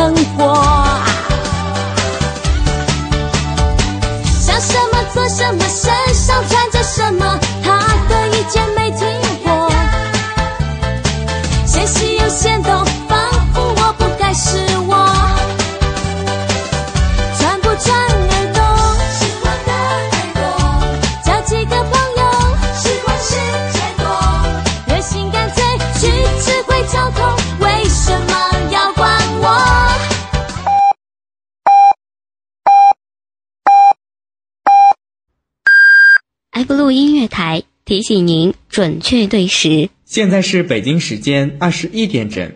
生活。想什么做什么，身上穿着什么，他的意见没听过。纤细又显动，仿佛我不该是我。穿不穿耳朵，是我的耳朵。交几个朋友，是管世界多。热心干脆去指挥交通，为什么要管我？ 埃布鲁音乐台提醒您准确对时。 现在是北京时间21点整。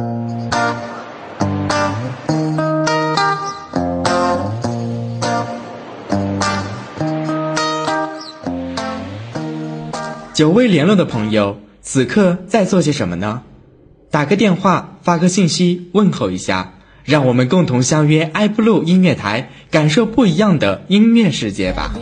久未联络的朋友，此刻在做些什么呢？打个电话，发个信息，问候一下，让我们共同相约埃布鲁音乐台，感受不一样的音乐世界吧。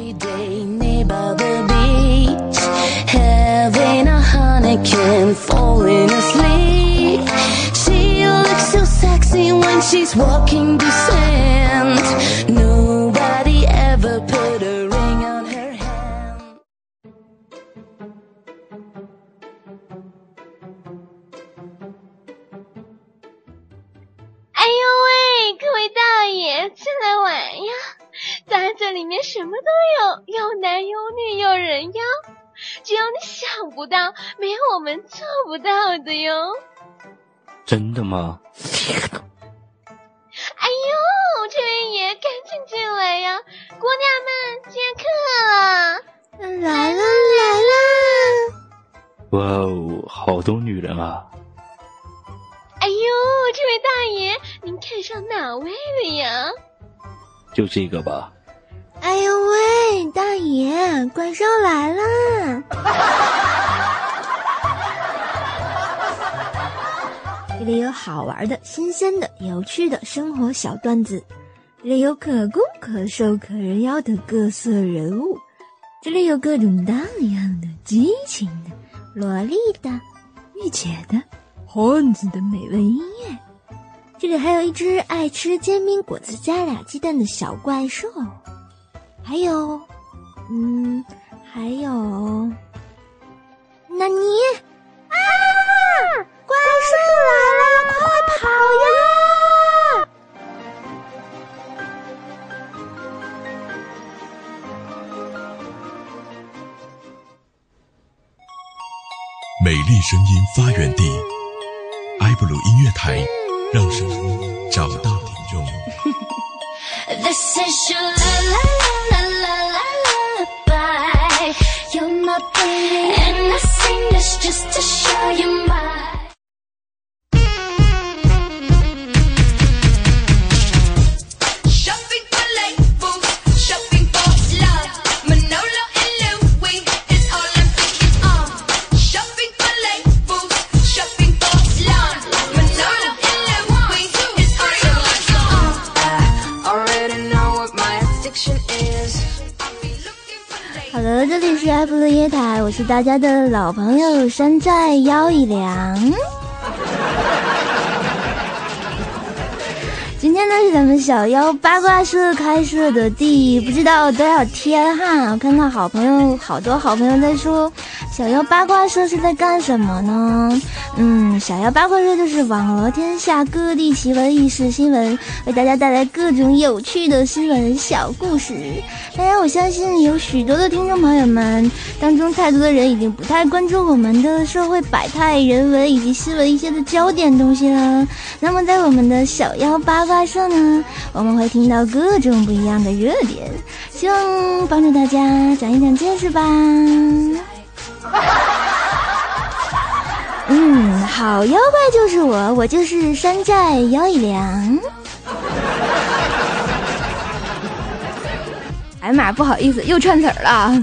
Can falling asleep. She looks so sexy when she's walking the sand. Nobody ever put a ring on her hand. 哎呦喂，各位大爷，进来玩呀！咱这里面什么都有，有男有女有人妖。只有你想不到，没有我们做不到的哟。 真的吗？ 哎呦，这位爷赶紧进来呀！姑娘们接客了。 来了来了！ 哇哦，好多女人啊！ 哎呦，这位大爷，您看上哪位了呀？ 就这个吧。 哎呦喂，大爷，怪兽来了！这里有好玩的、新鲜的、有趣的生活小段子，这里有可攻可受可人妖的各色人物，这里有各种荡漾的、激情的、萝莉的、御姐的、汉子的美味音乐，这里还有一只爱吃煎饼果子加俩鸡蛋的小怪兽。还有，那你啊，怪兽来了，快跑呀！ 美丽声音发源地，埃布鲁音乐台，让声音找到听众。 This is your la la la lullaby. You're my baby, and I sing this just to show you my. Shopping for labels, shopping for love. Manolo and Louis is all I'm thinking of. Shopping for labels, shopping for love. Manolo and Louis is all I'm thinking of. I already know what my addiction is. 好的，这里是埃布鲁音乐台，我是大家的老朋友山寨妖一良。今天呢是咱们小妖八卦社开设的第不知道多少天哈，我看到好多好朋友在说小妖八卦社是在干什么呢？小妖八卦社就是网罗天下各地奇闻异事新闻，为大家带来各种有趣的新闻小故事。当然我相信有许多的听众朋友们当中，太多的人已经不太关注我们的社会百态人文以及新闻一些的焦点东西了。那么在我们的小妖八卦社呢，我们会听到各种不一样的热点，希望帮助大家长一长见识吧。好妖怪就是我就是山寨妖一良。哎妈，不好意思，又串词儿了。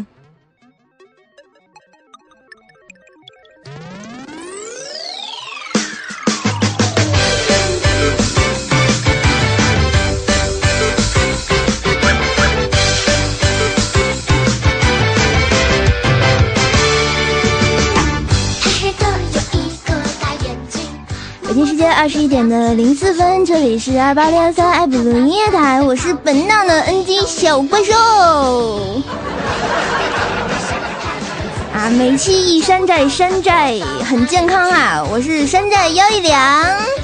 京时间21点的04分，这里是2863爱普鲁音乐台，我是本档的 NG 小怪兽啊，每期一山寨，山寨很健康啊，我是山寨112。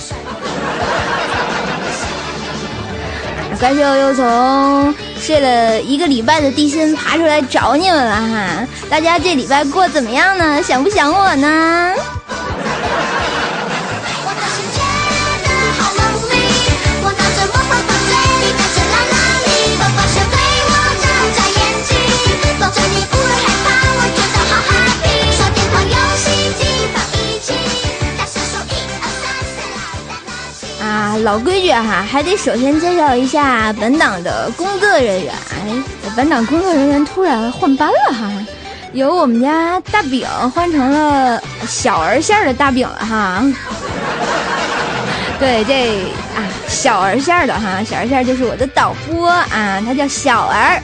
怪兽又从睡了1个礼拜的地心爬出来找你们了哈，大家这礼拜过怎么样呢？想不想我呢？老规矩哈，还得首先介绍一下本档的工作人员。本档工作人员突然换班了哈，由我们家大饼换成了小儿馅的大饼了哈。对，这小儿馅的哈，小儿馅就是我的导播啊，他叫小儿。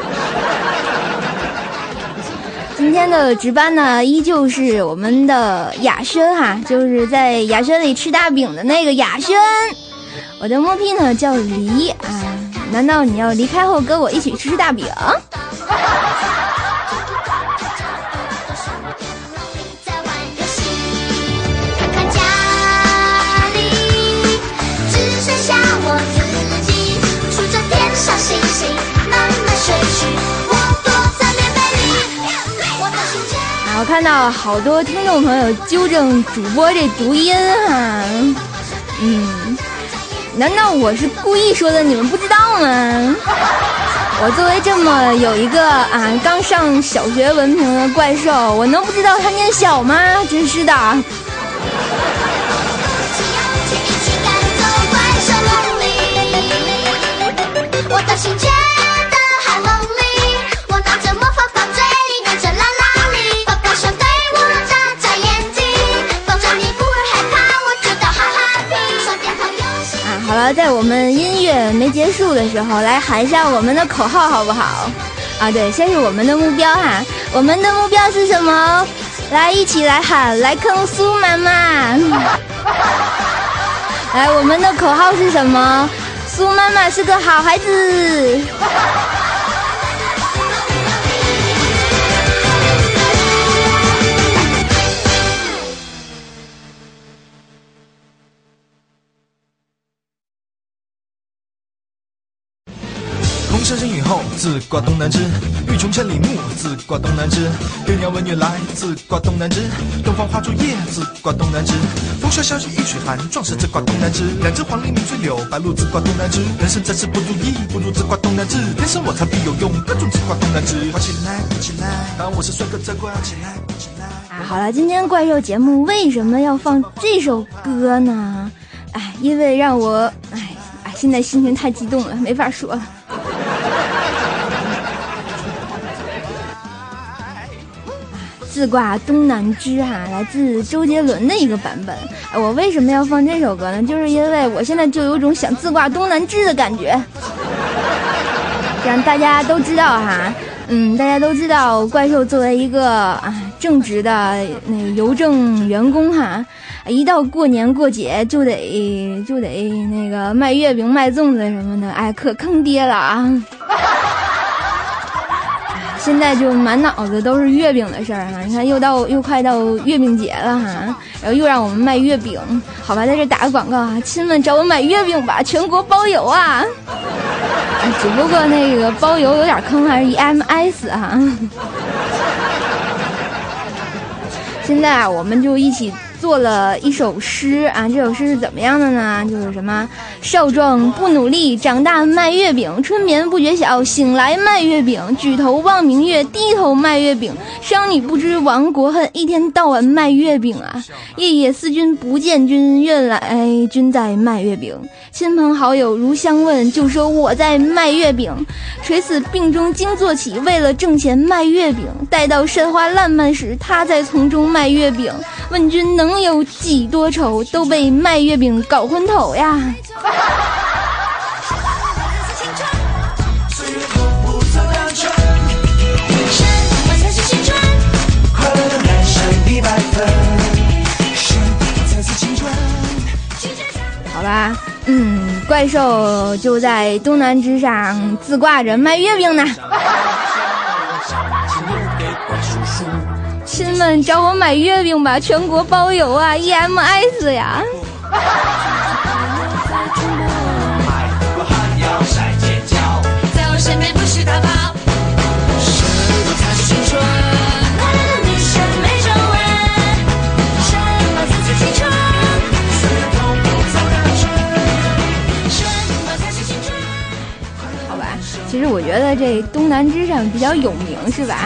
今天的值班呢，依旧是我们的雅轩哈，就是在雅轩里吃大饼的那个雅轩。我的摸屁呢叫黎啊，难道你要离开后跟我一起吃大饼？我看到好多听众朋友纠正主播这读音哈，难道我是故意说的你们不知道吗？我作为这么有一个刚上小学文凭的怪兽，我能不知道他念小吗？真是的。我的心觉得很梦里，我拿着魔法棒嘴里念着啦啦哩，宝宝想对我眨眨眼睛，抱着你不会害怕，我觉得好 happy。双点头游戏好了，在我们音乐没结束的时候，来喊一下我们的口号好不好？对，先是我们的目标哈，我们的目标是什么？来，一起来喊，来坑苏妈妈。来，我们的口号是什么？苏妈妈是个好孩子。 龙蛇人雨后，自挂东南枝；欲穷千里目，自挂东南枝。月亮问月来，自挂东南枝。东方花烛夜，自挂东南枝。风萧萧兮易水寒，壮士自挂东南枝。两只黄鹂鸣翠柳，白鹭自挂东南枝。人生在世不如意，不如自挂东南枝。天生我材必有用，各种自挂东南枝。挂起来，挂起来，当我是帅哥再挂起来，挂起来。 好了，今天怪兽节目为什么要放这首歌呢？因为让我现在心情太激动了，没法说了。自挂东南枝来自周杰伦的一个版本。我为什么要放这首歌呢？就是因为我现在就有种想自挂东南枝的感觉。这样大家都知道大家都知道怪兽作为一个正直的那个邮政员工一到过年过节就得那个卖月饼卖粽子什么的，可坑爹了现在就满脑子都是月饼的事儿你看又快到月饼节了然后又让我们卖月饼，好吧，在这打个广告亲们找我买月饼吧，全国包邮只不过那个包邮有点坑，还是 EMS 现在我们就一起做了一首诗这首诗是怎么样的呢？就是什么少壮不努力，长大卖月饼，春眠不觉晓，醒来卖月饼，举头望明月，低头卖月饼，商女不知亡国恨，一天到晚卖月饼夜夜思君不见君，原来君在卖月饼，亲朋好友如相问，就说我在卖月饼，垂死病中惊坐起，为了挣钱卖月饼，待到山花烂漫时，他在丛中卖月饼，问君能有几多愁，都被卖月饼搞昏头呀怪兽就在东南枝上自挂着卖月饼呢。亲们找我买月饼吧，全国包邮啊 ，EMS 呀。 在我身边不许逃跑。什么才是青春？快乐的女生没皱纹。什么才是青春？虽然痛苦走得很顺。什么才是青春？ 好吧，其实我觉得这东南枝上比较有名，是吧？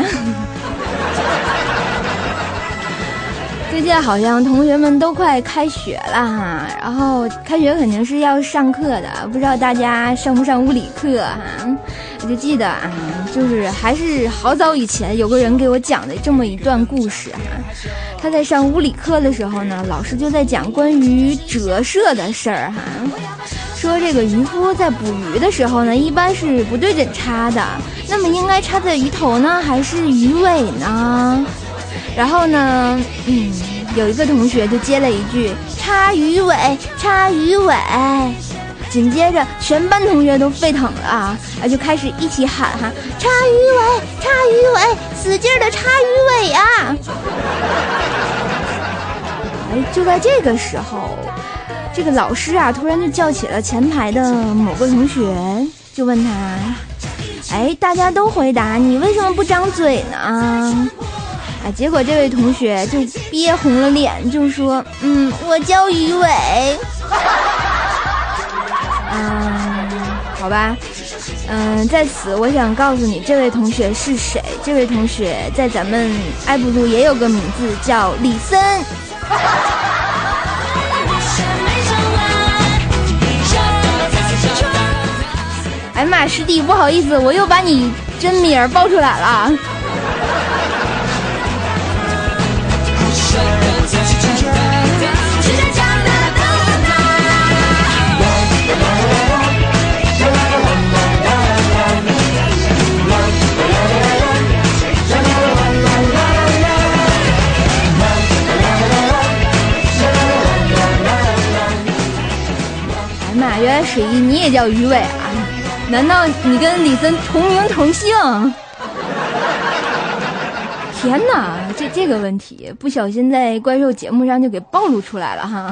最近好像同学们都快开学了哈，然后开学肯定是要上课的，不知道大家上不上物理课哈？我就记得啊，就是还是好早以前有个人给我讲的这么一段故事哈。他在上物理课的时候呢，老师就在讲关于折射的事儿哈，说这个渔夫在捕鱼的时候呢，一般是不对准插的，那么应该插在鱼头呢，还是鱼尾呢？然后呢，有一个同学就接了一句插鱼尾，插鱼尾。紧接着全班同学都沸腾了啊，就开始一起喊哈，插鱼尾，插鱼尾，使劲的插鱼尾呀！就在这个时候，这个老师啊，突然就叫起了前排的某个同学，就问他，大家都回答，你为什么不张嘴呢？结果这位同学就憋红了脸，就说，我叫鱼尾。好吧，在此我想告诉你，这位同学是谁？这位同学在咱们爱布鲁也有个名字叫李森。哎呀妈，师弟不好意思，我又把你真名报出来了。原来水一你也叫鱼尾啊？难道你跟李森同名同姓？天哪，这个问题不小心在怪兽节目上就给暴露出来了哈。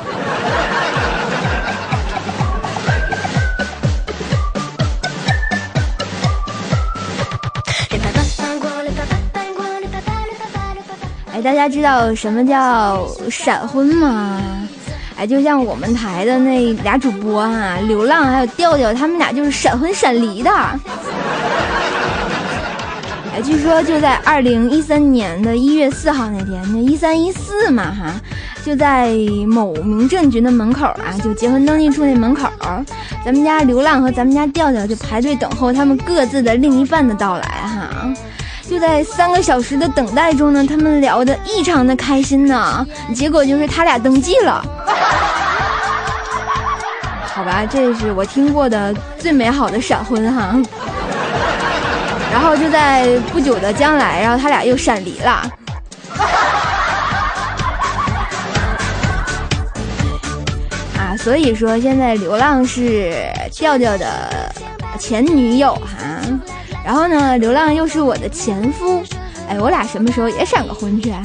大家知道什么叫闪婚吗？就像我们台的那俩主播啊，流浪还有调调，他们俩就是闪婚闪离的。据说就在2013年的1月4号那天，那1314嘛哈，就在某民政局的门口啊，就结婚登记处那门口，咱们家流浪和咱们家调调就排队等候他们各自的另一半的到来哈。就在3个小时的等待中呢，他们聊得异常的开心呢，结果就是他俩登记了。好吧，这是我听过的最美好的闪婚哈。然后就在不久的将来，然后他俩又闪离了。所以说现在流浪是调调的前女友哈。然后呢，流浪又是我的前夫，我俩什么时候也闪个婚去啊？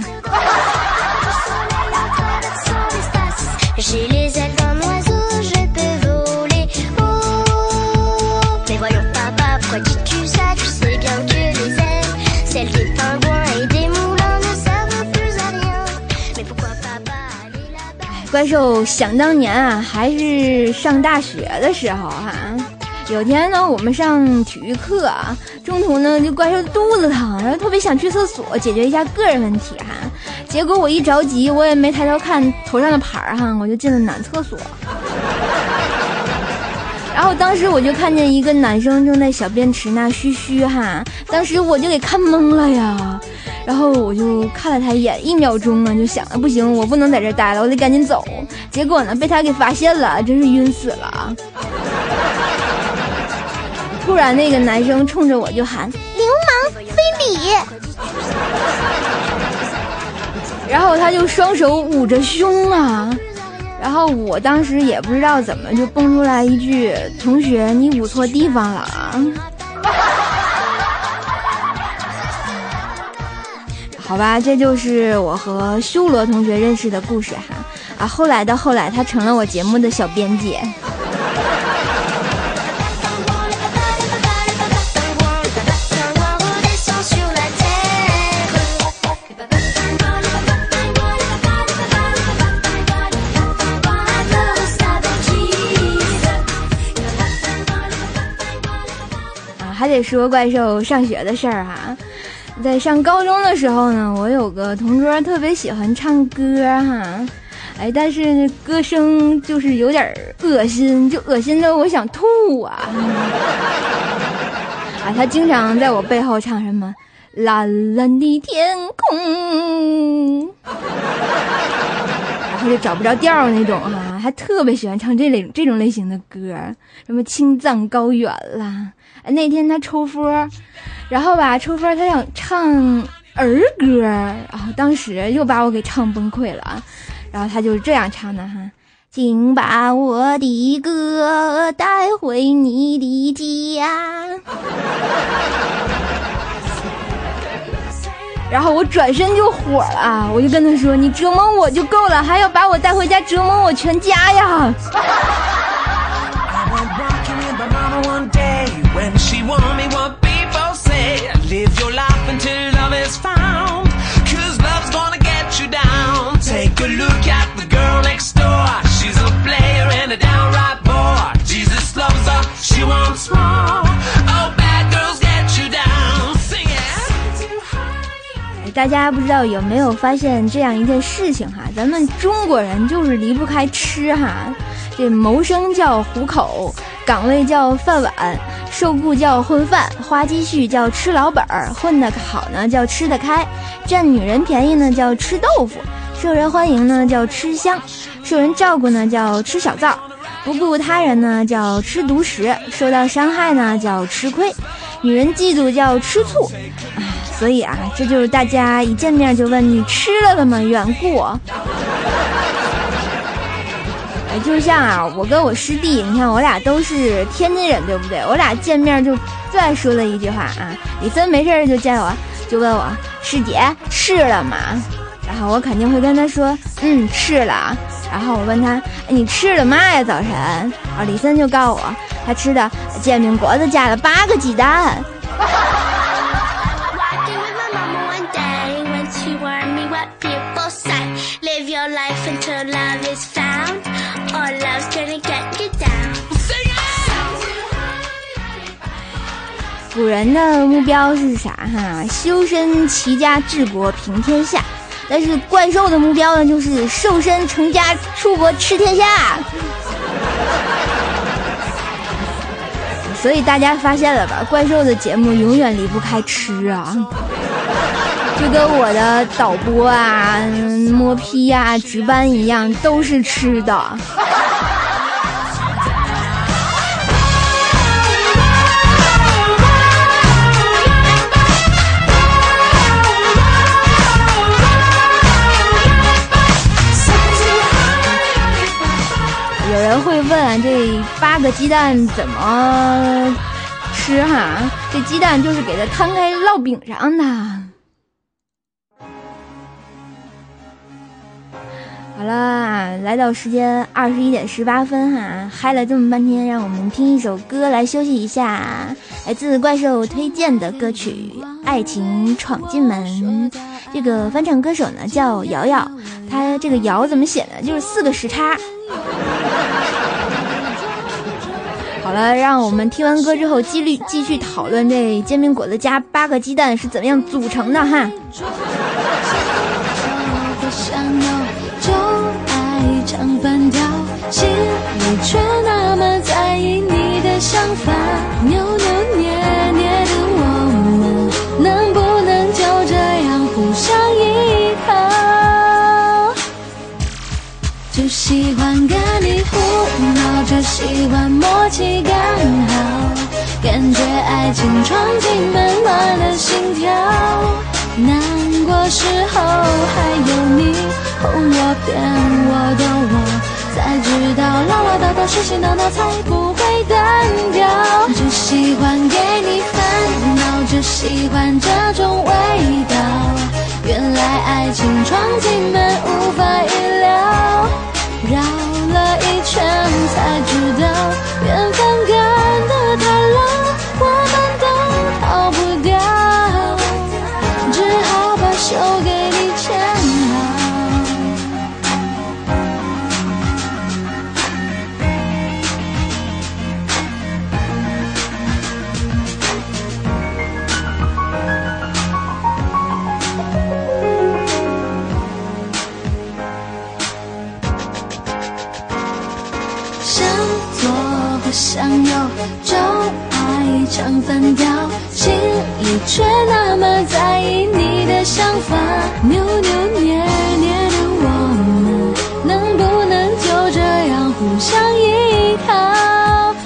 怪兽想当年啊，还是上大学的时候哈。有天呢，我们上体育课啊，中途呢就怪兽肚子疼，然后特别想去厕所解决一下个人问题哈。结果我一着急，我也没抬头看头上的牌哈，我就进了男厕所。然后当时我就看见一个男生正在小便池那嘘嘘哈，当时我就给看懵了呀。然后我就看了他一眼，1秒钟呢就想不行，我不能在这待了，我得赶紧走。结果呢被他给发现了，真是晕死了。突然那个男生冲着我就喊流氓非礼，然后他就双手捂着胸啊， 然后我当时也不知道怎么就蹦出来一句：“同学，你捂错地方了啊！”好吧，这就是我和修罗同学认识的故事哈。啊，后来，他成了我节目的小编辑。还得说怪兽上学的事儿哈，在上高中的时候呢，我有个同桌特别喜欢唱歌哈，但是歌声就是有点恶心，就恶心的我想吐啊！他经常在我背后唱什么蓝蓝的天空，然后就找不着调那种哈，还特别喜欢唱这种类型的歌，什么青藏高原啦。那天他抽风，然后吧抽风他想唱儿歌，然后当时又把我给唱崩溃了，然后他就是这样唱的哈：请把我的歌带回你的家。然后我转身就火了，我就跟他说：你折磨我就够了，还要把我带回家折磨我全家呀。 When she want me, what people say, live your life until love is found, 'cause love's gonna get you down. Take a look at the girl next door, she's a player and a downright bore. Jesus loves her, she wants more. Oh, bad girls get you down. Sing it. 大家不知道有没有发现这样一件事情哈，咱们中国人就是离不开吃哈，这谋生叫糊口，岗位叫饭碗，受雇叫混饭，花积蓄叫吃老本儿，混得好呢叫吃得开，占女人便宜呢叫吃豆腐，受人欢迎呢叫吃香，受人照顾呢叫吃小灶，不顾他人呢叫吃独食，受到伤害呢叫吃亏，女人嫉妒叫吃醋。所以啊，这就是大家一见面就问你吃了吗缘故。就像啊，我跟我师弟，你看我俩都是天津人，对不对？我俩见面就最爱说的一句话啊，李森没事就见我，就问我师姐吃了吗？然后我肯定会跟他说吃了。然后我问他你吃了嘛呀早晨？李森就告诉我他吃的煎饼果子加了8个鸡蛋。 Live your life until love is found, or love's gonna get you down. 古人的目标是啥哈？修身齐家治国平天下。但是怪兽的目标呢，就是瘦身成家出国吃天下。所以大家发现了吧？怪兽的节目永远离不开吃啊。就跟我的导播啊、摸批啊、值班一样，都是吃的。有人会问，这8个鸡蛋怎么吃哈？这鸡蛋就是给它摊开烙饼上的。好了，来到时间21:18哈，嗨了这么半天，让我们听一首歌来休息一下，来自怪兽推荐的歌曲《爱情闯进门》。这个翻唱歌手呢叫瑶瑶，他这个瑶怎么写呢？就是4个时差。好了，让我们听完歌之后继续讨论这煎饼果子加8个鸡蛋是怎么样组成的哈。 唱反调，心里却那么在意你的想法，扭扭捏捏的我们，能不能就这样互相依靠？就喜欢跟你胡闹，就喜欢默契刚好，感觉爱情闯进门乱了心跳，难过时候还有你，哄我骗我逗我， 才知道唠唠叨叨、絮絮闹闹才不会单调。只喜欢给你烦恼，只喜欢这种味道。原来爱情闯进门无法预料，绕了一圈才知道缘分赶得太牢，我们都逃不掉，只好把手给你牵好。想左不想右，就爱唱反调，心里却那么在意你的想法，扭扭捏捏的我们，能不能就这样互相依靠？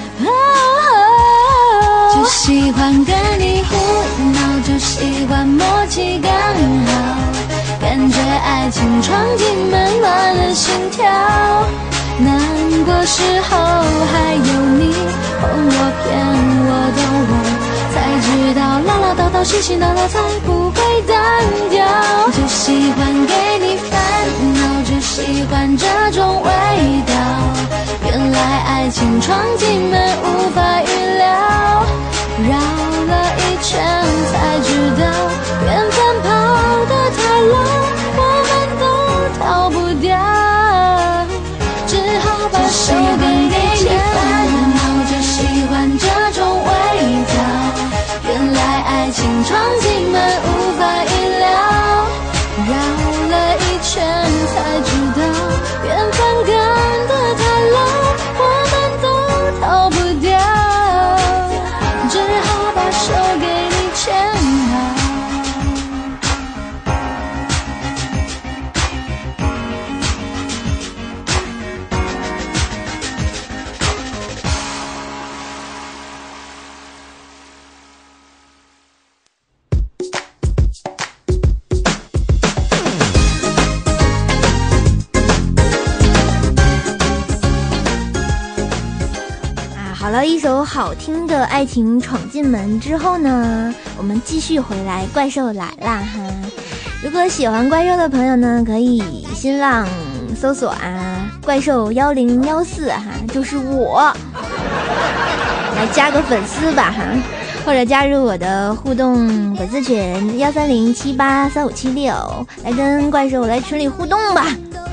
只喜欢跟你胡闹，只喜欢默契刚好，感觉爱情闯进门乱了心跳。难过时候还有你哄我骗我逗我，才知道唠唠叨叨、絮絮闹闹才不会单调。只喜欢给你烦恼，只喜欢这种味道。原来爱情闯进门无法预料，绕了一圈才知道缘分跑得太牢，我们都逃不掉，只好把手给你牵好。只喜欢这种味道，原来爱情闯进门无法预料，绕了一圈才知道缘分赶得太牢，我们都逃不掉，只好把手给你牵好。 好了一首好听的《爱情闯进门》之后呢，我们继续回来，怪兽来啦哈！如果喜欢怪兽的朋友呢，可以新浪搜索怪兽1014哈，就是我，来加个粉丝吧哈，或者加入我的互动粉丝群130783576，来跟怪兽来群里互动吧。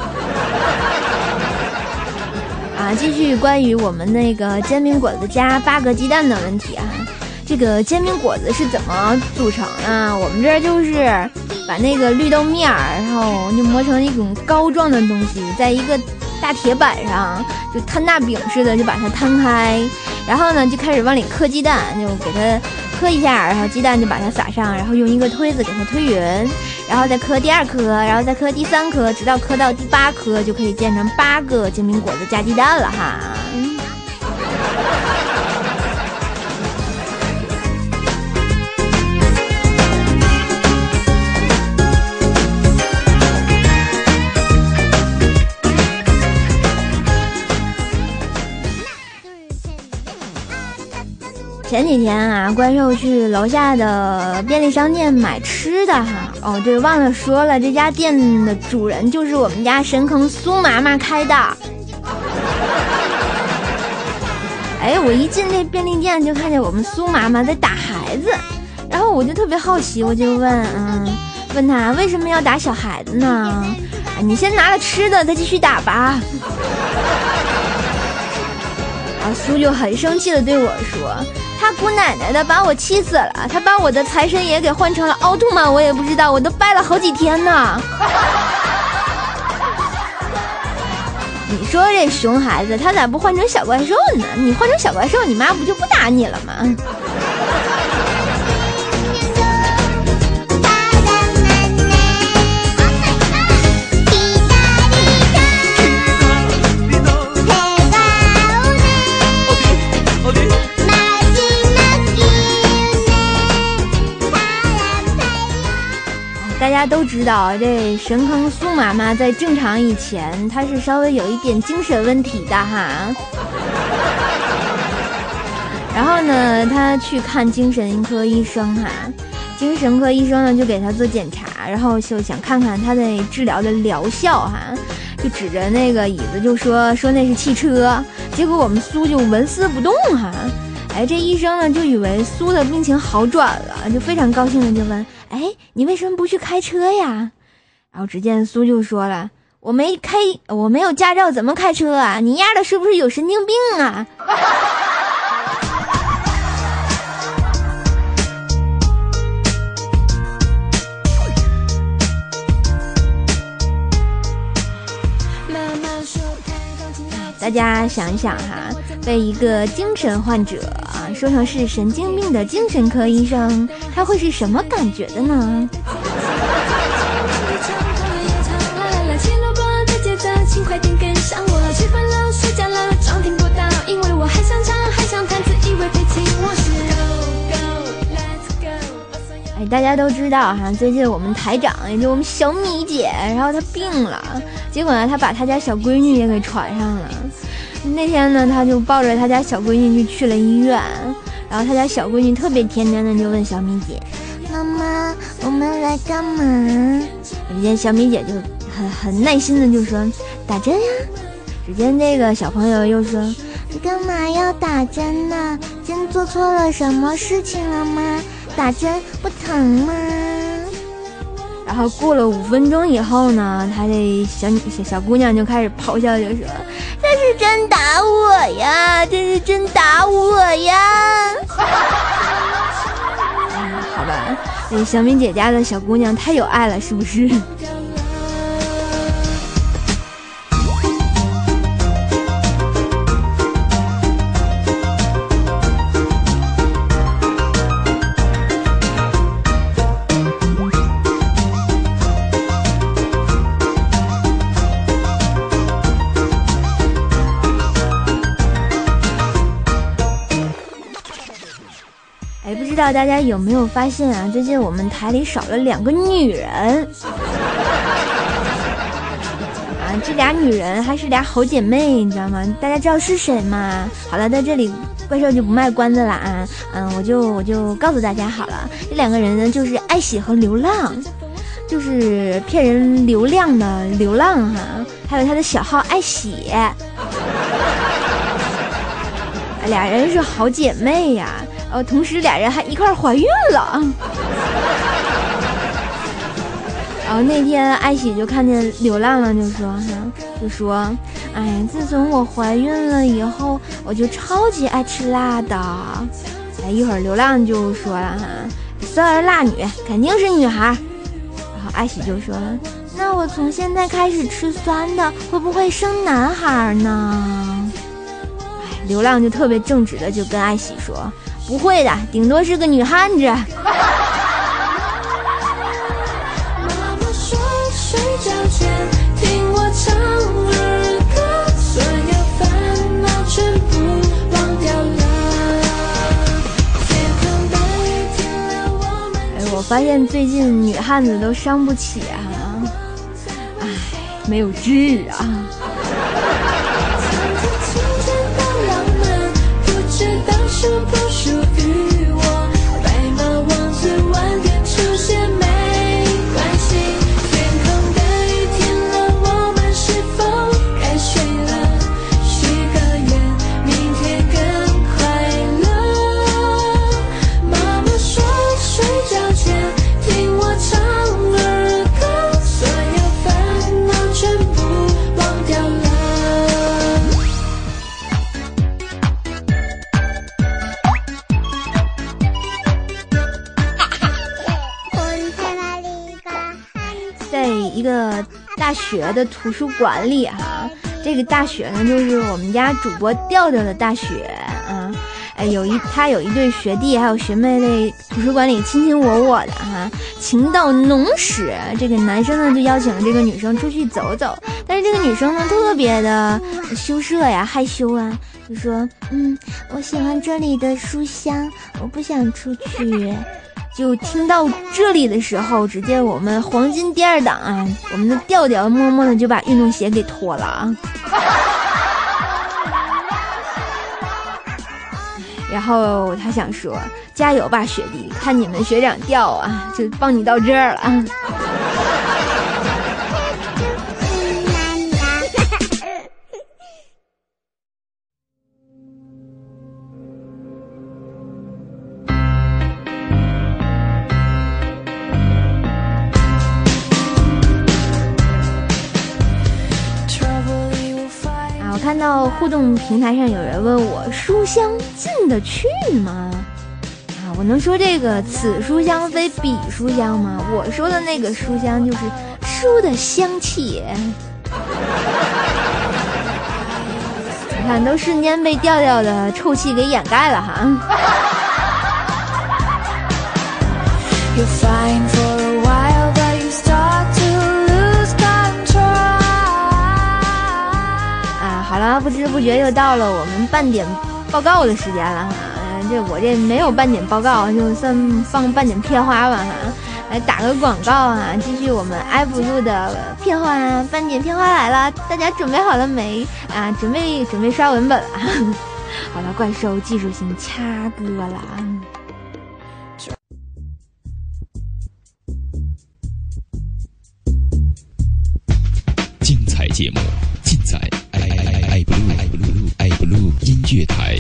继续关于我们那个煎饼果子加8个鸡蛋的问题这个煎饼果子是怎么组成呢？我们这儿就是把那个绿豆面然后就磨成一种膏状的东西，在一个大铁板上就摊大饼似的就把它摊开，然后呢就开始往里磕鸡蛋，就给它磕一下，然后鸡蛋就把它撒上，然后用一个推子给它推匀，然后再磕第2颗，然后再磕第3颗，直到磕到第8颗，就可以建成8个煎饼果子加鸡蛋了哈。前几天怪兽去楼下的便利商店买吃的哦对，忘了说了，这家店的主人就是我们家神坑苏妈妈开的。我一进这便利店就看见我们苏妈妈在打孩子，然后我就特别好奇，我就问他为什么要打小孩子呢？你先拿了吃的再继续打吧。苏就很生气的对我说，他姑奶奶的把我气死了，他把我的财神爷给换成了奥特曼，我也不知道，我都拜了好几天呢。你说这熊孩子他咋不换成小怪兽呢？你换成小怪兽，你妈不就不打你了吗？大家家都知道，这神坑苏妈妈在正常以前，她是稍微有一点精神问题的哈。然后呢，她去看精神科医生哈，精神科医生呢就给她做检查，然后就想看看她的治疗的疗效哈，就指着那个椅子就说那是汽车，结果我们苏就纹丝不动哈。哎，这医生呢就以为苏的病情好转了，就非常高兴的就问：“哎，你为什么不去开车呀？”然后只见苏就说了：“我没有驾照，怎么开车啊？你丫的是不是有神经病啊？”大家想一想哈，被一个精神患者说成是神经病的精神科医生，他会是什么感觉的呢？哎，大家都知道哈，最近我们台长也就我们小米姐，然后她病了，结果呢，她把她家小闺女也给传上了。那天呢，她就抱着她家小闺女就去了医院，然后她家小闺女特别天真的就问小米姐：“妈妈，我们来干嘛？”只见小米姐就很耐心的就说：“打针呀。”只见这个小朋友又说：“你干嘛要打针呢？针做错了什么事情了吗？打针不疼吗？”然后过了5分钟以后呢，她这小姑娘就开始咆哮，就说：“这是真打我呀，这是真打我呀！”好吧，这小敏姐家的小姑娘太有爱了，是不是？不知道大家有没有发现啊？最近我们台里少了2个女人啊，这俩女人还是俩好姐妹，你知道吗？大家知道是谁吗？好了，在这里怪兽就不卖关子了啊，我就告诉大家好了，这2个人呢就是爱喜和流浪，就是骗人流量的流浪哈，还有他的小号爱喜，俩人是好姐妹呀。同时俩人还一块怀孕了。然后那天爱喜就看见流浪了，就说哎，自从我怀孕了以后，我就超级爱吃辣的。哎，一会儿流浪就说了酸儿辣女肯定是女孩。然后爱喜就说了，那我从现在开始吃酸的，会不会生男孩呢？哎，流浪就特别正直的就跟爱喜说，不会的，顶多是个女汉子。 妈妈说睡觉前听我唱儿歌，所有烦恼全部忘掉了。 哎，我发现最近女汉子都伤不起啊，哎，没有治啊。 属不属于我？白马王子晚点出现没关系。天空的雨停了，我们是否该睡了？许个愿，明天更快乐。妈妈说睡觉前听我唱儿歌，所有烦恼全部忘掉了。 在一个大学的图书馆里哈，这个大学呢就是我们家主播调调的大学啊。哎，他有一对学弟还有学妹在图书馆里卿卿我我的哈，情到浓时，这个男生呢就邀请了这个女生出去走走，但是这个女生呢特别的羞涩呀害羞啊，就说我喜欢这里的书香，我不想出去。 就听到这里的时候，只见我们黄金第二档啊，我们的调调默默的就把运动鞋给脱了啊。然后他想说，加油吧学弟，看你们学长调啊，就帮你到这儿了。看到互动平台上有人问我书香进得去吗？我能说这个此书香非彼书香吗？我说的那个书香就是书的香气。你看都瞬间被调调的臭气给掩盖了哈。好了，不知不觉又到了我们半点报告的时间了哈。我这没有半点报告，就算放半点片花吧哈。来打个广告啊，继续我们爱不录的片花啊，半点片花来了，大家准备好了没啊？准备刷文本了。好了，怪兽技术型掐歌了。 精彩节目尽在爱不录音乐台。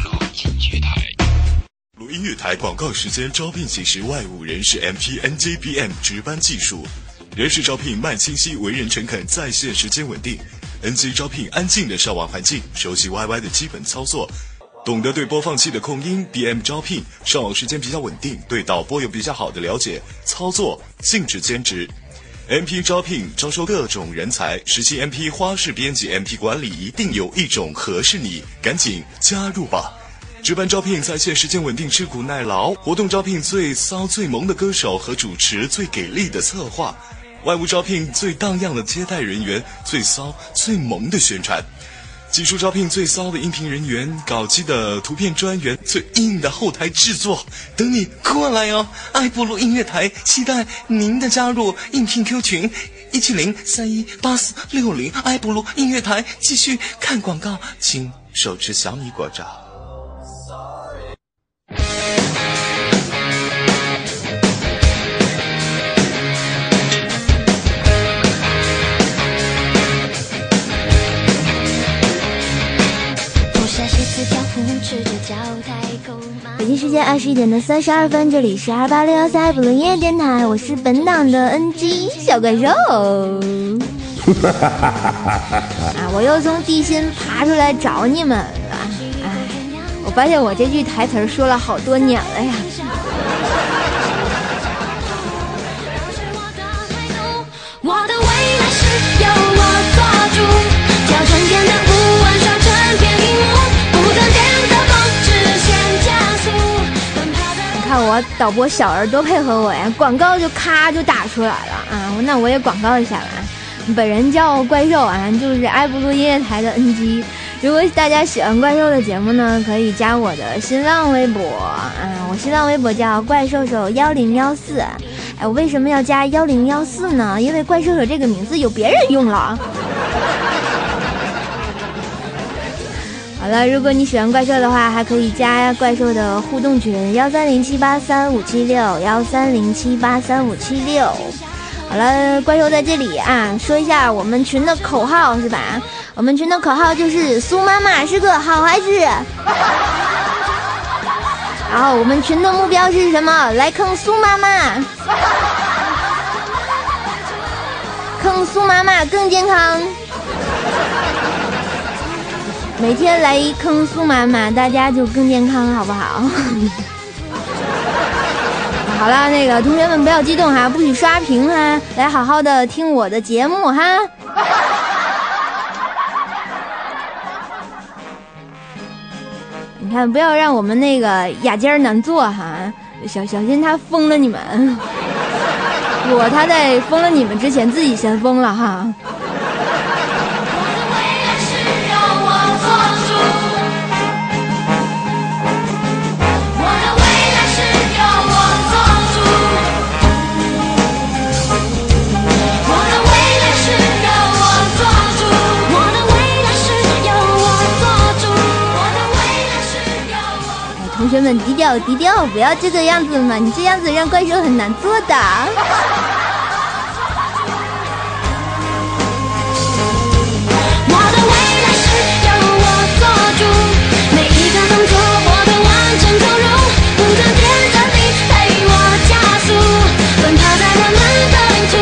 录音乐台广告时间招聘启事外务人士 MP、NJBM 值班技术，人事招聘慢清晰，为人诚恳，在线时间稳定。NJ 招聘安静的上网环境，熟悉 YY 的基本操作，懂得对播放器的控音。BM 招聘上网时间比较稳定，对导播有比较好的了解，操作禁止兼职。MP 招聘招收各种人才，实习 MP 花式编辑 MP 管理，一定有一种合适你，赶紧加入吧。值班招聘在线时间稳定，吃苦耐劳。活动招聘最骚最萌的歌手和主持，最给力的策划。外务招聘最荡漾的接待人员，最骚最萌的宣传。技术招聘最骚的音频人员，搞基的图片专员，最硬的后台制作，等你过来哦！爱不录音乐台期待您的加入，应聘 Q 群170318460，爱不录音乐台继续看广告，请手持小米果汁。 北京时间21点32分，这里是28613爱不录音乐电台，我是本档的 NG 小怪兽。我又从地心爬出来找你们了。我发现我这句台词说了好多年了呀。 我的未来是由我做主，叫春天的不玩耍成片荧幕，不断电的风直线加速。 你看我导播小儿多配合我呀，广告就咔就打出来了啊！那我也广告一下吧。本人叫怪兽啊，就是爱不录音乐台的 NG。如果大家喜欢怪兽的节目呢，可以加我的新浪微博啊，我新浪微博叫怪兽手1014。我为什么要加1014呢？因为怪兽手这个名字有别人用了。好了，如果你喜欢怪兽的话，还可以加怪兽的互动群130783576，130783576。好了，怪兽在这里啊，说一下我们群的口号是吧？我们群的口号就是苏妈妈是个好孩子。然后我们群的目标是什么？来坑苏妈妈，坑苏妈妈更健康。每天来一坑苏妈妈，大家就更健康，好不好？好了，那个同学们不要激动哈，不许刷屏哈，来好好的听我的节目哈。你看，不要让我们那个雅尖难做哈，小心他封了你们。他在封了你们之前，自己先封了哈。 学们低调低调，不要这个样子嘛，你这样子让怪兽很难做的。 我的未来是由我做主，每一个动作我都完整投入，不断点着你陪我加速，奔跑在我们的领土。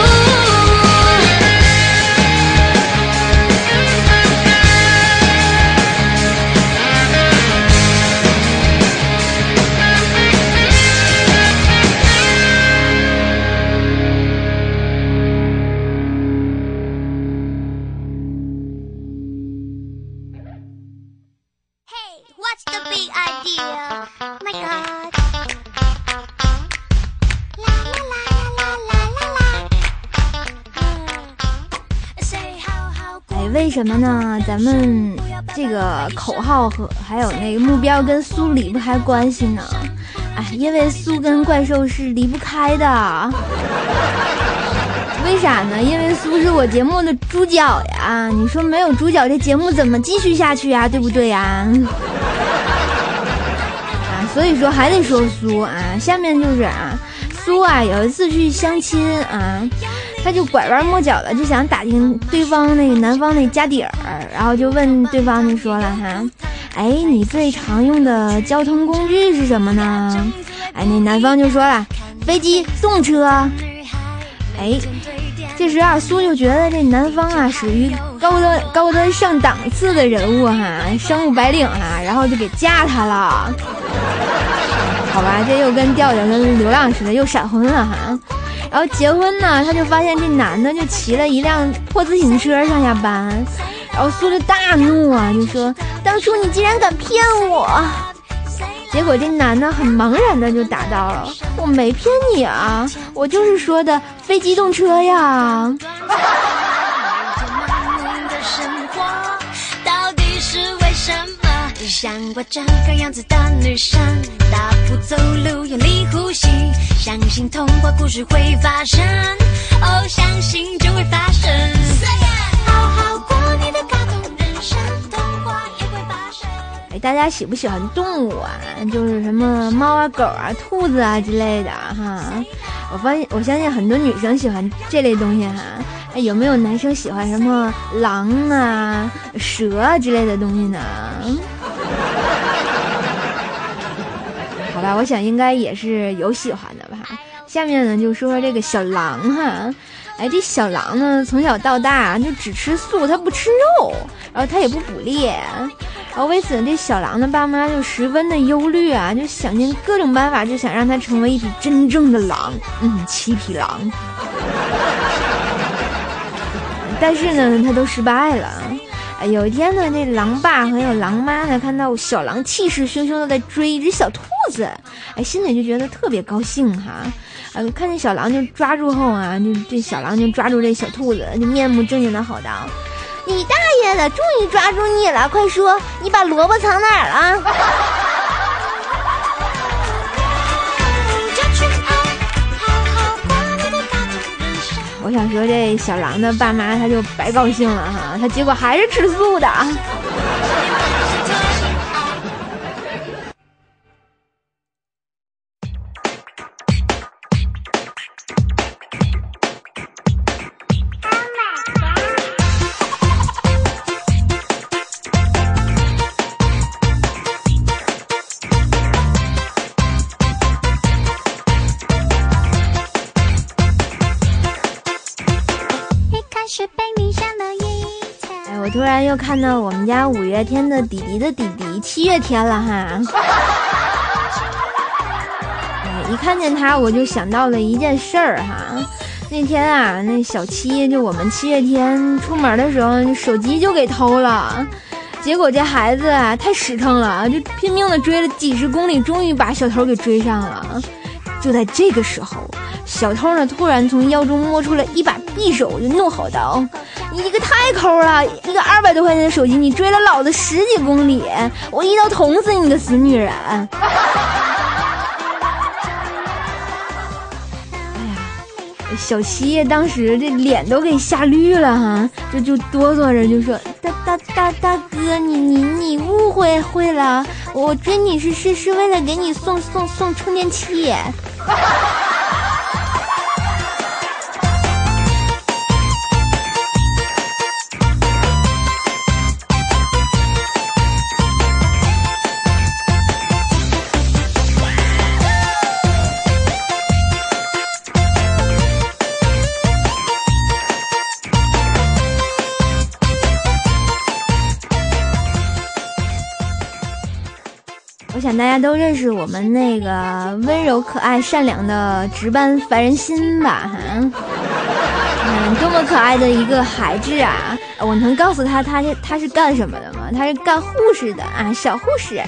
What's the big idea? My God. La la la la la la la. Say how 哎，为什么呢？咱们这个口号和还有那个目标跟苏离不开关系呢？哎，因为苏跟怪兽是离不开的。为啥呢？因为苏是我节目的主角呀！你说没有主角，这节目怎么继续下去呀？对不对呀？所以说还得说苏啊。下面就是苏啊，有一次去相亲啊，他就拐弯抹角的就想打听对方那个男方那家底儿，然后就问对方就说了哈，哎，你最常用的交通工具是什么呢？哎，那男方就说了，飞机、动车。哎，这时苏就觉得这男方啊属于高端上档次的人物哈，商务白领哈，然后就给嫁他了。好吧，这又跟调调跟流浪似的，又闪婚了哈。然后结婚呢，他就发现这男的就骑了一辆破自行车上下班，然后苏就大怒啊，就说当初你竟然敢骗我。结果这男的很茫然的就答道了，我没骗你啊，我就是说的飞机动车呀。 到底是为什么？像我这个样子的女生，大步走路，用力呼吸，相信童话故事会发生，哦，相信就会发生。好好过你的卡通人生，童话也会发生。 哎，大家喜不喜欢动物啊？就是什么猫啊、狗啊、兔子啊之类的哈。我相信很多女生喜欢这类东西哈。哎，有没有男生喜欢什么狼啊、蛇啊之类的东西呢？好吧，我想应该也是有喜欢的吧。下面呢就说这个小狼哈。哎，这小狼呢从小到大就只吃素，它不吃肉，然后它也不捕猎。然后为此这小狼的爸妈就十分的忧虑啊，就想尽各种办法，就想让它成为一匹真正的狼，7匹狼。但是呢它都失败了。有一天呢，这狼爸还有狼妈呢看到小狼气势汹汹的在追一只小兔子，哎，心里就觉得特别高兴哈。看见小狼就抓住后啊，这小狼就抓住这小兔子，就面目狰狞的吼道，你大爷的，终于抓住你了，快说你把萝卜藏哪儿了？我想说这小狼的爸妈他就白高兴了哈，他结果还是吃素的。我突然又看到我们家5月天的弟弟的弟弟7月天了哈。一看见他我就想到了一件事儿哈。那天啊，那小7就我们7月天出门的时候手机就给偷了，结果这孩子啊太实诚了，就拼命的追了几十公里，终于把小偷给追上了。就在这个时候，小偷呢突然从腰中摸出了一把匕首，就怒吼道，你这个太抠了，一个200多块钱的手机你追了老子10几公里，我一刀捅死你个死女人。哎呀，小7当时这脸都给吓绿了哈，就哆嗦着就说， 大哥，你误会了，我追你是为了给你送充电器。我想大家都认识我们那个温柔可爱善良的值班烦人心吧，多么可爱的一个孩子啊！我能告诉他是干什么的吗？他是干护士的啊，小护士，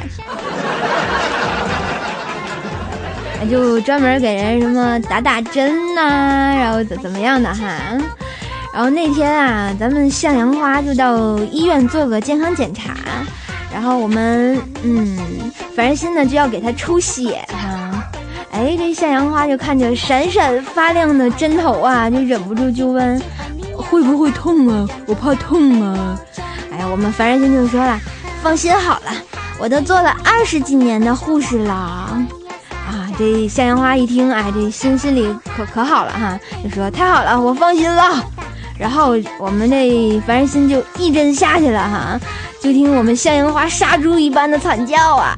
就专门给人什么打针呐，然后怎么样的哈。然后那天啊，咱们向阳花就到医院做个健康检查，然后我们烦人心呢就要给他抽血哈。哎，这向阳花就看着闪闪发亮的针头啊，就忍不住就问，会不会痛啊？我怕痛啊。哎呀，我们烦人心就说了，放心好了，我都做了20几年的护士了。啊，这向阳花一听，哎，这心里可好了哈，就说太好了，我放心了。然后我们这烦人心就一针下去了哈，就听我们向阳花杀猪一般的惨叫啊！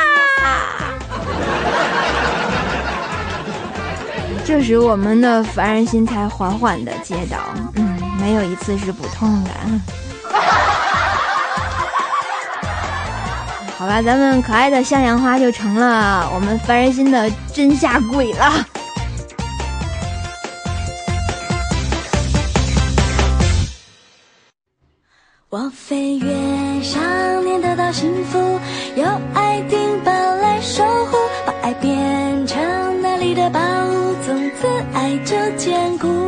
这时我们的烦人心才缓缓的接到，没有一次是不痛的。好吧，咱们可爱的向阳花就成了我们烦人心的针下鬼了。 我飞越想念得到幸福，有爱顶抱来守护，把爱变成那里的宝物，从此爱就坚固。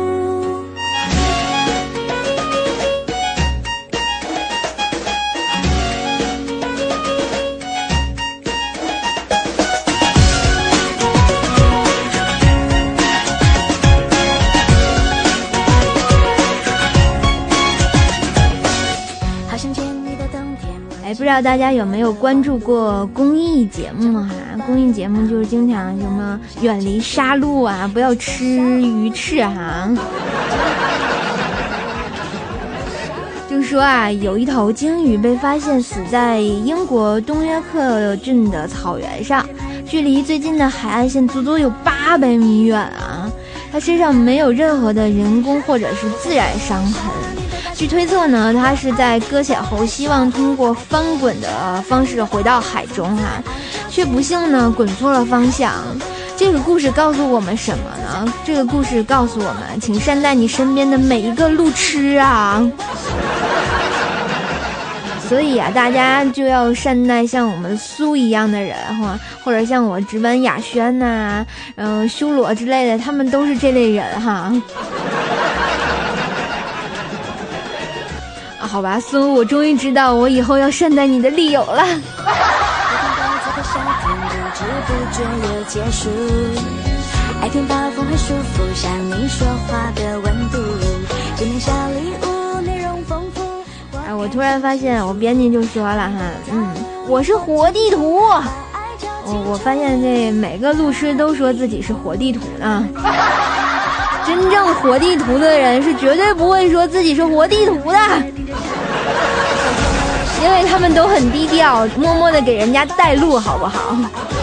不知道大家有没有关注过公益节目哈？公益节目就是经常什么远离杀戮啊，不要吃鱼翅哈。就说啊，有一头鲸鱼被发现死在英国东约克镇的草原上，距离最近的海岸线足足有800米远啊。它身上没有任何的人工或者是自然伤痕。据推测呢，它是在搁浅后希望通过翻滚的方式回到海中哈，却不幸呢滚错了方向。这个故事告诉我们什么呢？这个故事告诉我们，请善待你身边的每一个路痴啊！所以啊，大家就要善待像我们苏一样的人哈，或者像我值班雅轩呐、修罗之类的，他们都是这类人哈。好吧，苏，我终于知道我以后要善待你的理由了。 爱听暴风很舒服，像你说话的温度，今天小礼物内容丰富。 我突然发现我编辑就说了哈，我是活地图。我发现这每个路痴都说自己是活地图呢。真正活地图的人是绝对不会说自己是活地图的，因为他们都很低调，默默的给人家带路，好不好？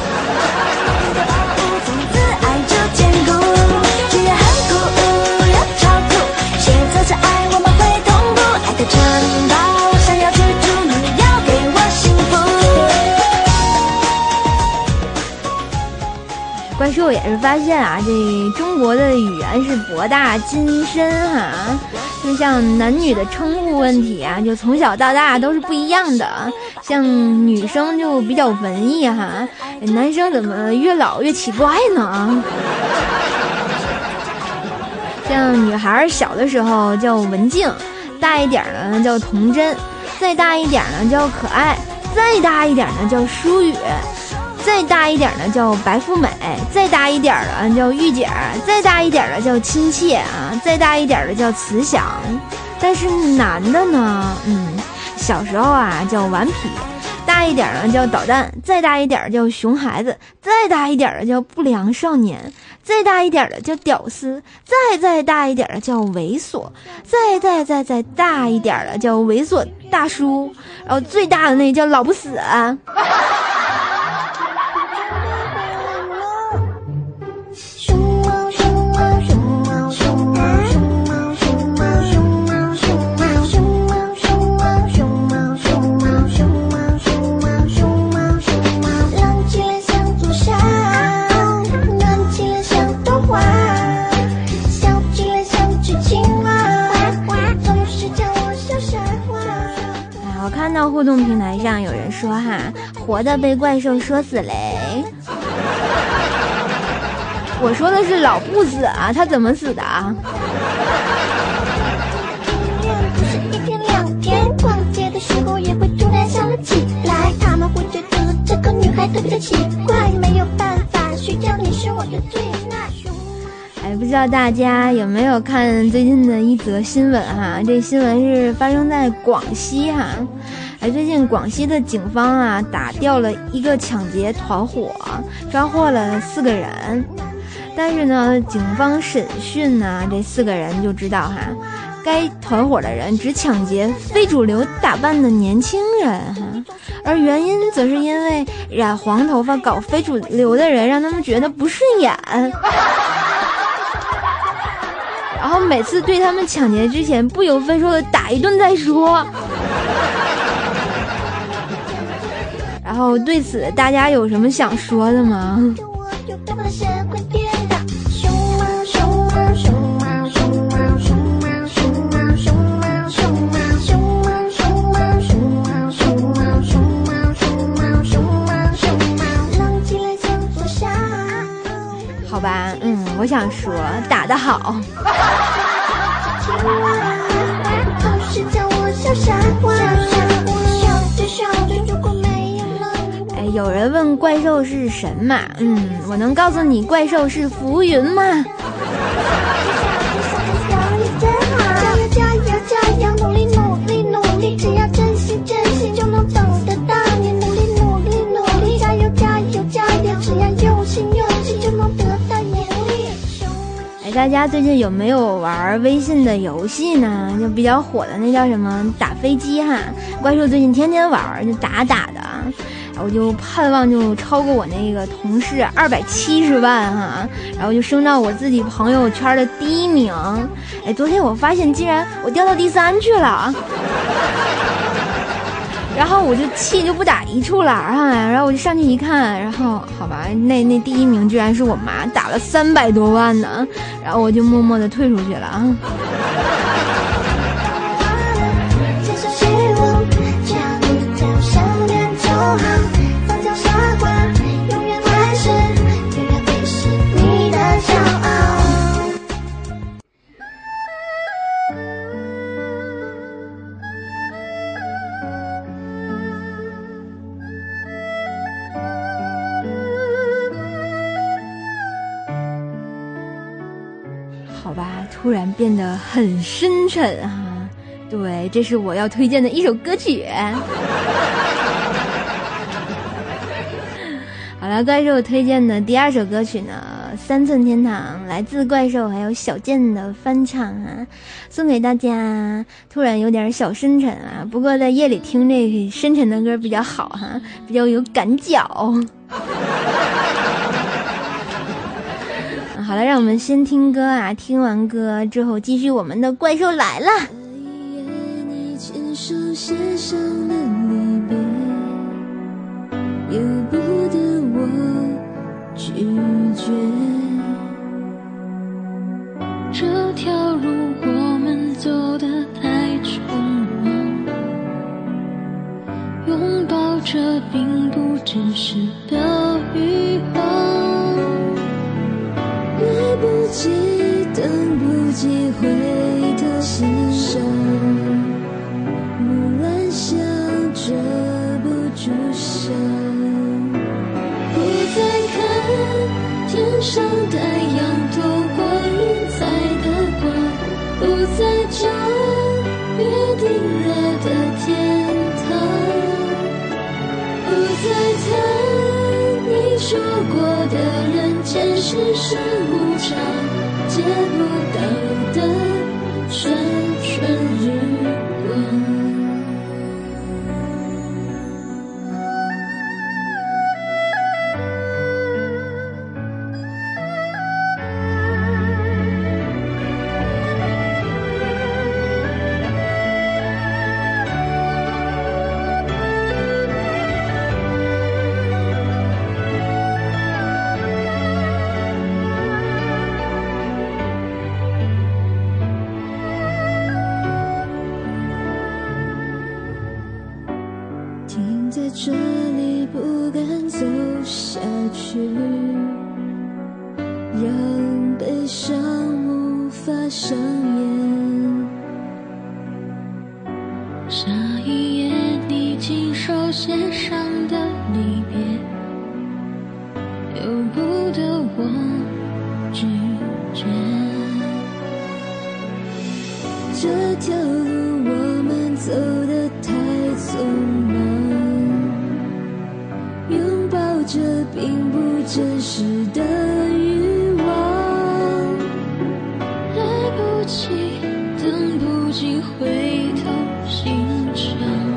怪兽也是发现啊，这中国的语言是博大精深哈，就像男女的称呼问题啊，就从小到大都是不一样的。像女生就比较文艺哈，男生怎么越老越奇怪呢？像女孩小的时候叫文静，大一点呢叫童真，再大一点呢叫可爱，再大一点呢叫舒雨。再大一点呢叫白富美，再大一点的叫御姐，再大一点的叫亲切啊，再大一点的叫慈祥。但是男的呢， 小时候啊叫顽皮，大一点呢叫捣蛋，再大一点叫熊孩子，再大一点的叫不良少年，再大一点的叫屌丝，再大一点的叫猥琐，再大一点的叫猥琐大叔，然后最大的那叫老不死啊。看到互动平台上有人说哈，活的被怪兽说死嘞。我说的是老不死啊，他怎么死的啊？ 不是一天两天，逛街的时候也会突然想了起来，他们会觉得这个女孩特别的奇怪，没有办法，睡觉你是我的最爱。 哎，不知道大家有没有看最近的一则新闻哈？这新闻是发生在广西哈。哎，最近广西的警方啊打掉了一个抢劫团伙，抓获了4个人。但是呢，警方审讯呢，这4个人就知道哈，该团伙的人只抢劫非主流打扮的年轻人哈，而原因则是因为染黄头发搞非主流的人让他们觉得不顺眼。然后每次对他们抢劫之前不由分说的打一顿再说。然后对此大家有什么想说的吗？好吧，我想说打得好。哎，有人问怪兽是神嘛？我能告诉你，怪兽是浮云嘛。加油加油，努力努力努力，只要真心真心就能等得到你。努力努力努力，加油加油加油，只要用心用心就能得到眼力。哎，大家最近有没有玩微信的游戏呢？就比较火的那叫什么打飞机哈，怪兽最近天天玩，就打的。我就盼望就超过我那个同事270万哈，然后就升到我自己朋友圈的第1名。哎，昨天我发现竟然我掉到第3去了，然后我就气就不打一处栏啊，然后我就上去一看，然后好吧，那第1名居然是我妈，打了300多万呢，然后我就默默的退出去了啊。好吧，突然变得很深沉啊！对，这是我要推荐的一首歌曲。好了，怪兽推荐的第2首歌曲呢，3寸天堂，来自怪兽还有小健的翻唱啊，送给大家。突然有点小深沉啊，不过在夜里听这个深沉的歌比较好哈，比较有感脚。好了，让我们先听歌啊，听完歌之后继续我们的怪兽来了。 你牵手写上了离别，由不得我拒绝，这条路我们走得太匆忙，拥抱着并不真实的欲望，来不及等不及回头欣赏，木兰香遮不住伤，不再看天上太阳透过云彩的光，不再找约定了的天现实是无常，借不到的串串日光。在这里不敢走下去，让悲伤无法上演。 下一页你亲手写上的离别，由不得我拒绝。 这条路我们走得太匆忙，拥抱着并不真实的欲望， 来不及，等不及回头欣赏，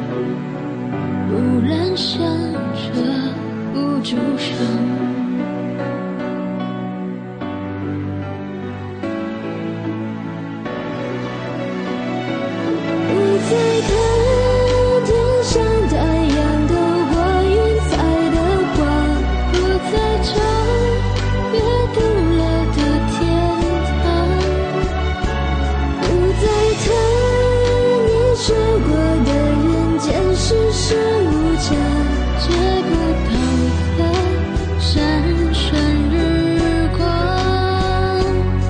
忽然想着不住伤。 不再看天上太阳透过云彩的光，不再找约定了的天堂，不再谈你说过的人间世事无常， 借不到的闪闪日光，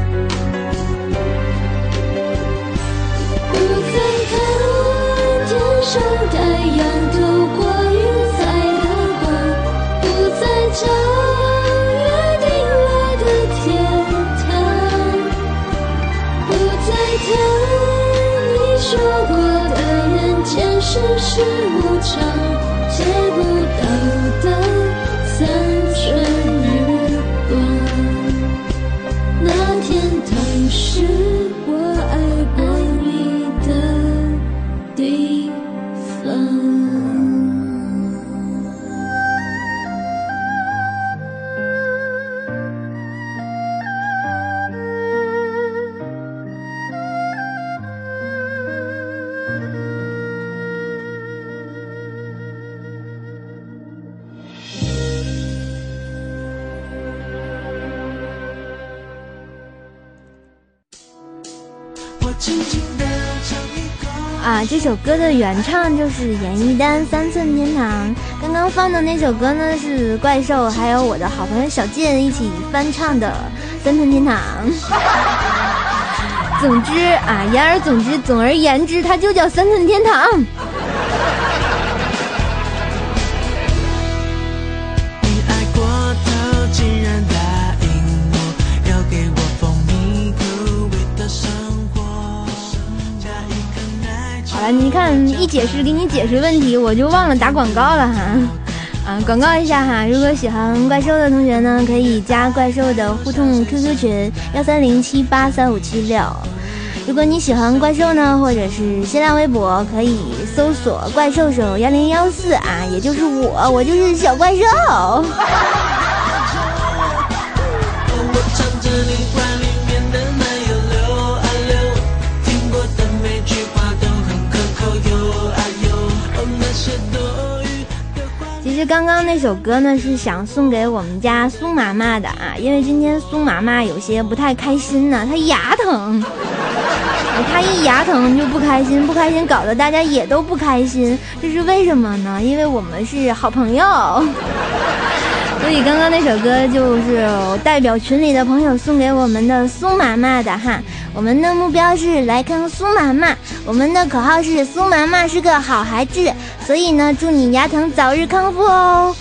不再看天上太阳透过云彩的光，不再找约定了的天堂，不再谈你说过的人间世事无常，借不到的三寸日光。那天堂是我爱过你的地方。 这首歌的原唱就是严艺丹《三寸天堂》，刚刚放的那首歌呢是怪兽还有我的好朋友小健一起翻唱的《三寸天堂》。总之言而总之，总而言之，它就叫三寸天堂。 你爱过头，竟然答应我，要给我蜂蜜口味的生活。 好了，你看一解释给你解释问题，我就忘了打广告了哈。广告一下哈，如果喜欢怪兽的同学呢，可以加怪兽的互动 QQ 群130783576。如果你喜欢怪兽呢，或者是新浪微博，可以搜索怪兽手1014也就是我就是小怪兽。其实刚刚那首歌呢是想送给我们家苏妈妈的因为今天苏妈妈有些不太开心呢，她牙疼，她一牙疼就不开心，不开心搞得大家也都不开心，这是为什么呢？因为我们是好朋友。所以刚刚那首歌就是代表群里的朋友送给我们的苏妈妈的哈。我们的目标是来看苏妈妈，我们的口号是苏妈妈是个好孩子，所以呢祝你牙疼早日康复哦。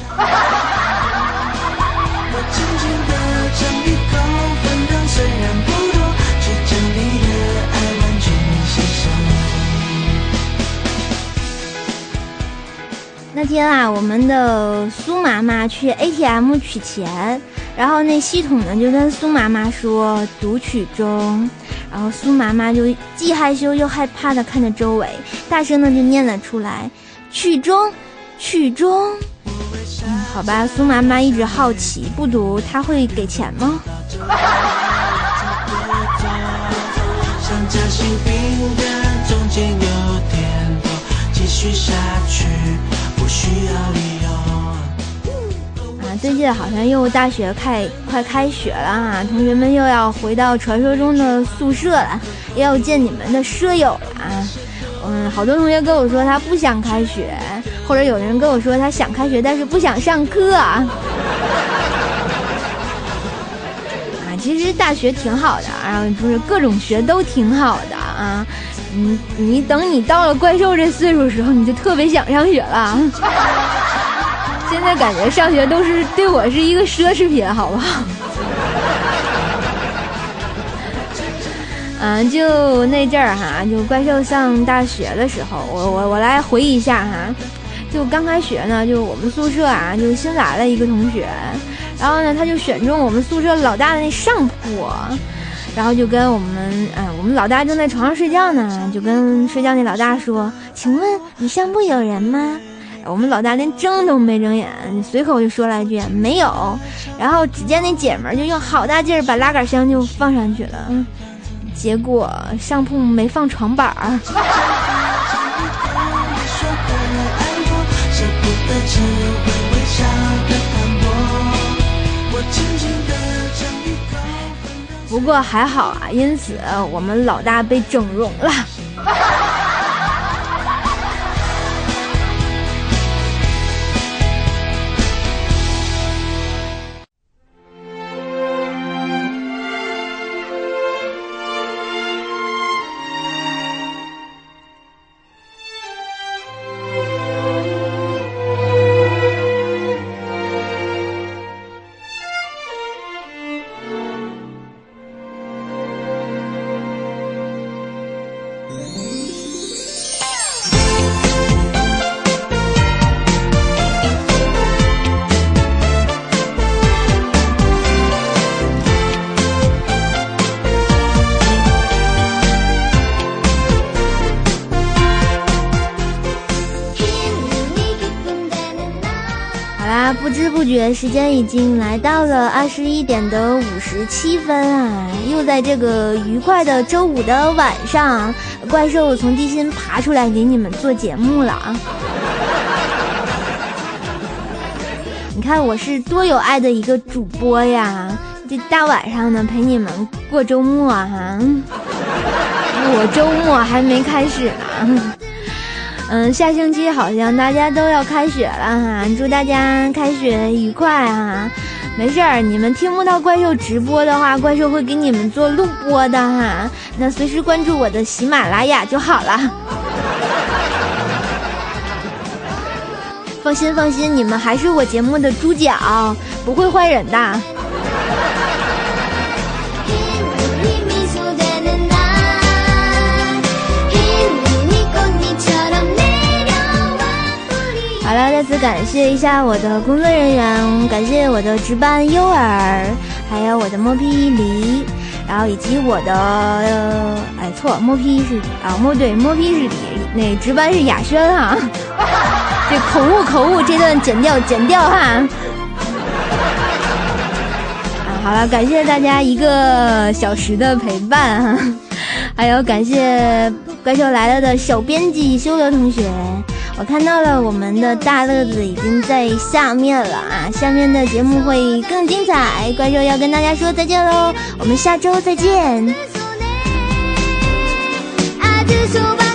那天我们的苏妈妈去 ATM 取钱， 然后那系统呢就跟苏妈妈说读曲中，然后苏妈妈就既害羞又害怕的看着周围，大声的就念了出来，曲中曲中。好吧，苏妈妈一直好奇，不读她会给钱吗？ 像夹心饼干中间有点多，继续下去不需要理由。 最近好像又大学快开学了啊，同学们又要回到传说中的宿舍了，也要见你们的舍友了。好多同学跟我说他不想开学，或者有人跟我说他想开学但是不想上课啊。其实大学挺好的，然后就是各种学都挺好的啊。你等你到了怪兽这岁数的时候，你就特别想上学了。现在感觉上学都是对我是一个奢侈品，好不好？就那阵儿哈，就怪兽上大学的时候，我来回忆一下哈。就刚开学呢，就我们宿舍啊，就新来了一个同学，然后呢，他就选中我们宿舍老大的那上铺，然后就跟我们老大正在床上睡觉呢，就跟睡觉那老大说：“请问你上铺有人吗？”我们老大连睁都没睁眼，随口就说了一句没有，然后只见那姐们儿就用好大劲儿把拉杆箱就放上去了，结果上铺没放床板儿。不过还好啊，因此我们老大被整容了。不知不觉时间已经来到了21点的57分啊！又在这个愉快的周五的晚上，怪兽从地心爬出来给你们做节目了啊！你看我是多有爱的一个主播呀！这大晚上的陪你们过周末哈，我周末还没开始呢。下星期好像大家都要开学了哈，祝大家开学愉快哈。没事儿，你们听不到怪兽直播的话，怪兽会给你们做录播的哈，那随时关注我的喜马拉雅就好了。放心放心，你们还是我节目的主角，不会坏人的。好了，再次感谢一下我的工作人员，感谢我的值班优儿，还有我的摸皮梨，然后以及我的摸皮是摸皮是梨，那值班是雅轩哈，这口误这段剪掉哈。好了，感谢大家1个小时的陪伴哈，还有感谢怪兽来了的小编辑修罗同学。我看到了我们的大乐子已经在下面了啊，下面的节目会更精彩，怪兽要跟大家说再见喽，我们下周再见。